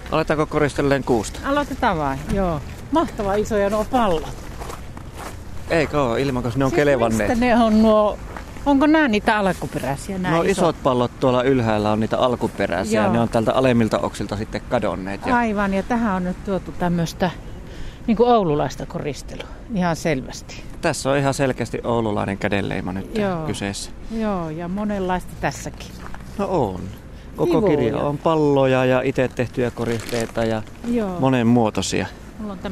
Aletaanko koristelleen kuusta? Aloitetaan vain, joo. Mahtava isoja nuo pallot. Eikö ole ilman, koska ne on kelevanneet? Mistä ne on nuo? Onko nämä niitä alkuperäisiä? No isot pallot tuolla ylhäällä on niitä alkuperäisiä. Joo. Ne on tältä alemmilta oksilta sitten kadonneet. Aivan, ja tähän on nyt tuotu tämmöistä niin kuin oululaista koristelua. Ihan selvästi. Tässä on ihan selkeästi oululainen kädenleima nyt kyseessä. Joo, ja monenlaista tässäkin. No on. Koko kirja on palloja ja itse tehtyjä koristeita ja monenmuotoisia. Mulla on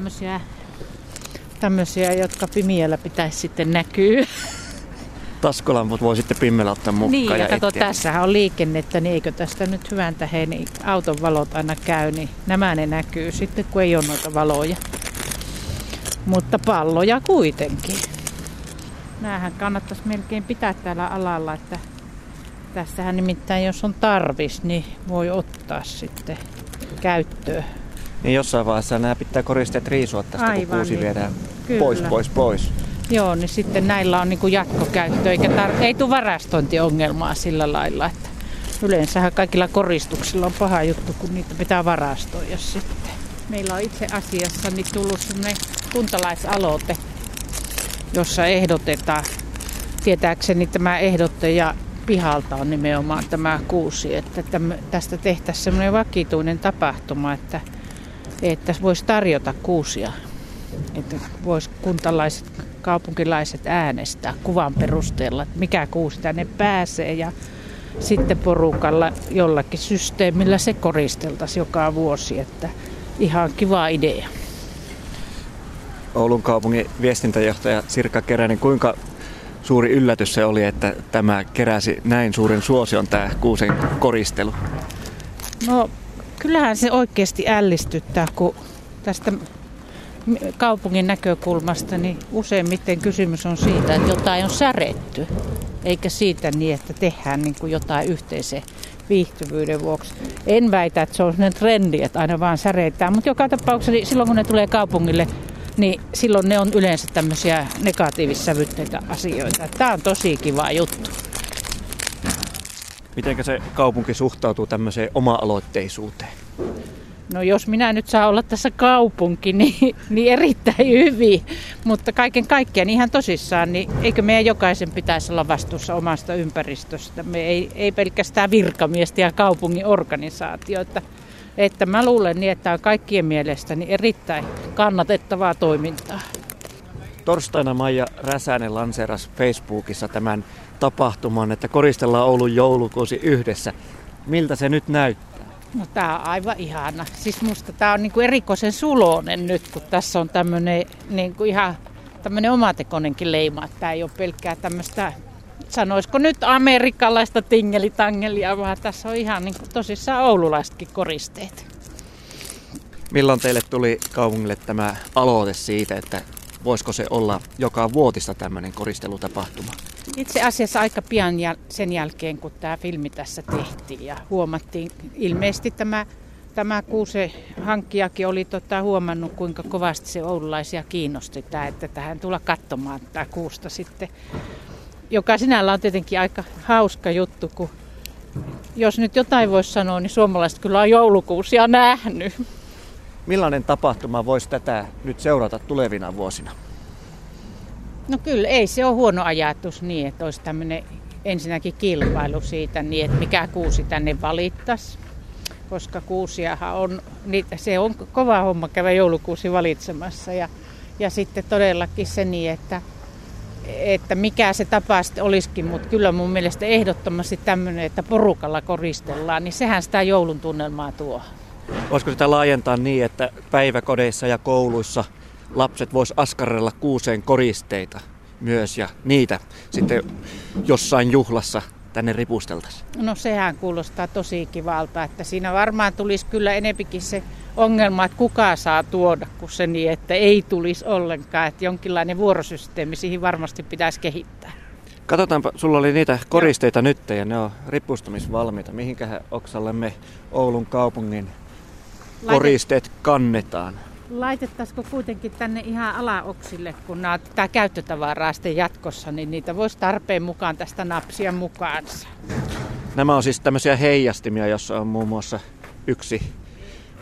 tämmöisiä, jotka pimiällä pitäisi sitten näkyä. Taskulamput voi sitten pimmellä ottaa mukaan. Niin, ja kato, tässähän on liikennettä, niin eikö tästä nyt hyvän tähden niin auton valot aina käy, niin nämä ne näkyy sitten, kun ei ole noita valoja. Mutta palloja kuitenkin. Näähän kannattaisi melkein pitää täällä alalla, että tässähän nimittäin, jos on tarvis, niin voi ottaa sitten käyttöön. Niin jossain vaiheessa nämä pitää koristeet riisua tästä, aivan, kun kuusi viedään pois. Joo, niin sitten näillä on niinku jatkokäyttö, ei tule varastointiongelmaa sillä lailla, että yleensähän kaikilla koristuksilla on paha juttu, kun niitä pitää varastoida sitten. Meillä on itse asiassa niin tullut sellainen kuntalaisaloite, jossa ehdotetaan, tietääkseni tämä ehdottaja pihalta on nimenomaan tämä kuusi, että tästä tehtäisiin semmoinen vakituinen tapahtuma, että voisi tarjota kuusia, että voisi kuntalaiset, kaupunkilaiset äänestää kuvan perusteella, että mikä kuusi tänne pääsee ja sitten porukalla jollakin systeemillä se koristeltaisiin joka vuosi, että ihan kiva idea. Oulun kaupungin viestintäjohtaja Sirkka Keränen, kuinka suuri yllätys se oli, että tämä keräsi näin suuren suosion, tämä kuusen koristelu? No kyllähän se oikeasti ällistyttää, kun tästä kaupungin näkökulmasta niin useimmiten kysymys on siitä, että jotain on säretty, eikä siitä niin, että tehdään niin kuin jotain yhteisen viihtyvyyden vuoksi. En väitä, että se on sellainen trendi, että aina vaan säreitään, mutta joka tapauksessa niin silloin kun ne tulee kaupungille, niin silloin ne on yleensä tämmöisiä negatiivissävytteitä asioita. Tämä on tosi kiva juttu. Mitenkä se kaupunki suhtautuu tämmöiseen oma-aloitteisuuteen? No jos minä nyt saan olla tässä kaupunki, niin erittäin hyvin. Mutta kaiken kaikkiaan ihan tosissaan, niin eikö meidän jokaisen pitäisi olla vastuussa omasta ympäristöstä? Me ei pelkästään virkamiestä ja kaupungin organisaatioita. Että mä luulen niin, että on kaikkien mielestäni erittäin kannatettavaa toimintaa. Torstaina Maija Räsänen lanseerasi Facebookissa tämän tapahtuman, että koristellaan Oulun joulukuusi yhdessä. Miltä se nyt näyttää? No tää on aivan ihana. Siis musta tää on niinku erikoisen suloinen nyt, kun tässä on tämmönen niinku ihan tämmönen omatekoinenkin leima. Tää ei ole pelkkää tämmöstä, sanoisiko nyt amerikkalaista tingelitangelia, vaan tässä on ihan niinku tosissaan oululaisetkin koristeet. Milloin teille tuli kaupungille tämä aloite siitä, että voisiko se olla joka vuotista tämmöinen koristelutapahtuma? Itse asiassa aika pian sen jälkeen, kun tämä filmi tässä tehtiin ja huomattiin, ilmeisesti tämä kuusen hankkijakin oli huomannut, kuinka kovasti se oululaisia kiinnosti, että tähän tulla katsomaan tämä kuusta sitten, joka sinällä on tietenkin aika hauska juttu, kun jos nyt jotain voisi sanoa, niin suomalaiset kyllä on joulukuusia nähnyt. Millainen tapahtuma voisi tätä nyt seurata tulevina vuosina? No kyllä, ei se ole huono ajatus niin, että olisi tämmöinen ensinnäkin kilpailu siitä, niin että mikä kuusi tänne valittaisi. Koska kuusiahan on, se on kova homma käydä joulukuusi valitsemassa. Ja sitten todellakin se niin, että mikä se tapa sitten olisikin, mutta kyllä mun mielestä ehdottomasti tämmöinen, että porukalla koristellaan, niin sehän sitä joulun tunnelmaa tuo. Voisiko sitä laajentaa niin, että päiväkodeissa ja kouluissa lapset vois askarrella kuuseen koristeita myös ja niitä sitten jossain juhlassa tänne ripusteltaisiin? No sehän kuulostaa tosi kivalta, että siinä varmaan tulisi kyllä enempikin se ongelma, että kuka saa tuoda, kun se niin, että ei tulisi ollenkaan, että jonkinlainen vuorosysteemi siihen varmasti pitäisi kehittää. Katsotaanpa, sulla oli niitä koristeita nyt ja ne on ripustamisvalmiita. Mihinkähän oksalle me Oulun kaupungin koristeet kannetaan? Laitettaisiko kuitenkin tänne ihan alaoksille, kun nämä tätä käyttötavaraa sitten jatkossa, niin niitä voisi tarpeen mukaan tästä napsia mukaansa. Nämä on siis tämmöisiä heijastimia, jossa on muun muassa yksi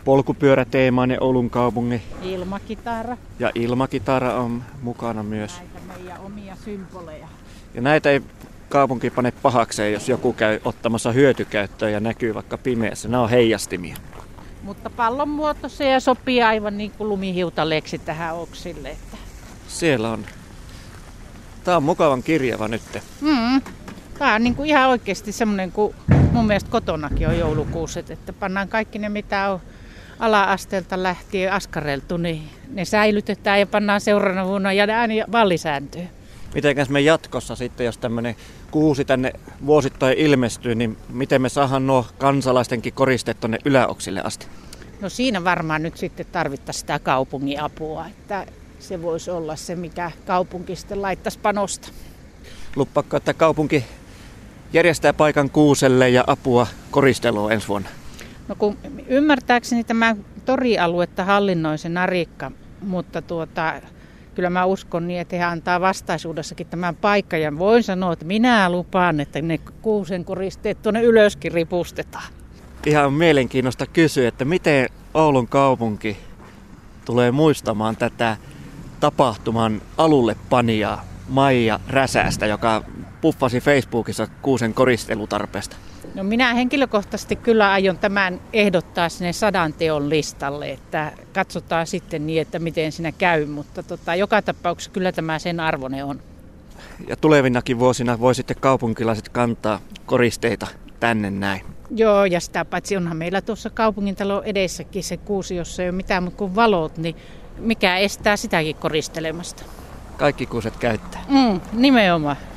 polkupyöräteemainen Oulun kaupungin. Ilmakitara. Ja ilmakitara on mukana myös. Näitä meidän omia symboleja. Ja näitä ei kaupunki pane pahakseen, jos joku käy ottamassa hyötykäyttöön ja näkyy vaikka pimeässä. Nämä on heijastimia. Mutta pallon muotoisia ja sopii aivan niin kuin lumihiutaleeksi tähän oksille. Että. Siellä on. Tämä on mukavan kirjava nyt. Tämä on niin kuin ihan oikeasti semmoinen kuin mun mielestä kotonakin on joulukuuset, että pannaan kaikki ne mitä on ala-asteelta lähtien askareltu, niin ne säilytetään ja pannaan seuraavana vuonna ja ne aina vaan lisääntyy. Mitenkäs me jatkossa sitten, jos tämmöinen kuusi tänne vuosittain ilmestyy, niin miten me saadaan nuo kansalaistenkin koristeet tuonne yläoksille asti? No siinä varmaan nyt sitten tarvittaisiin sitä kaupungin apua, että se voisi olla se, mikä kaupunki sitten laittaisi panosta. Luppaako, että kaupunki järjestää paikan kuuselle ja apua koristeluun ensi vuonna? No kun ymmärtääkseni tämä torialuetta hallinnoi se Narikka, mutta kyllä mä uskon niin, että he antaa vastaisuudessakin tämän paikan ja voin sanoa, että minä lupaan, että ne kuusen koristeet tuonne ylöskin ripustetaan. Ihan mielenkiinnosta kysyä, että miten Oulun kaupunki tulee muistamaan tätä tapahtuman alulle panijaa Maija Räsästä, joka puffasi Facebookissa kuusen koristelutarpeesta. No minä henkilökohtaisesti kyllä aion tämän ehdottaa sinne 100 teon listalle, että katsotaan sitten niin, että miten siinä käy, mutta joka tapauksessa kyllä tämä sen arvoinen on. Ja tulevinakin vuosina voi sitten kaupunkilaiset kantaa koristeita tänne näin. Joo, ja sitä paitsi onhan meillä tuossa kaupungintalon edessäkin se kuusi, jossa ei ole mitään muuta kuin valot, niin mikä estää sitäkin koristelemasta. Kaikki kuuset käyttää. Nimenomaan.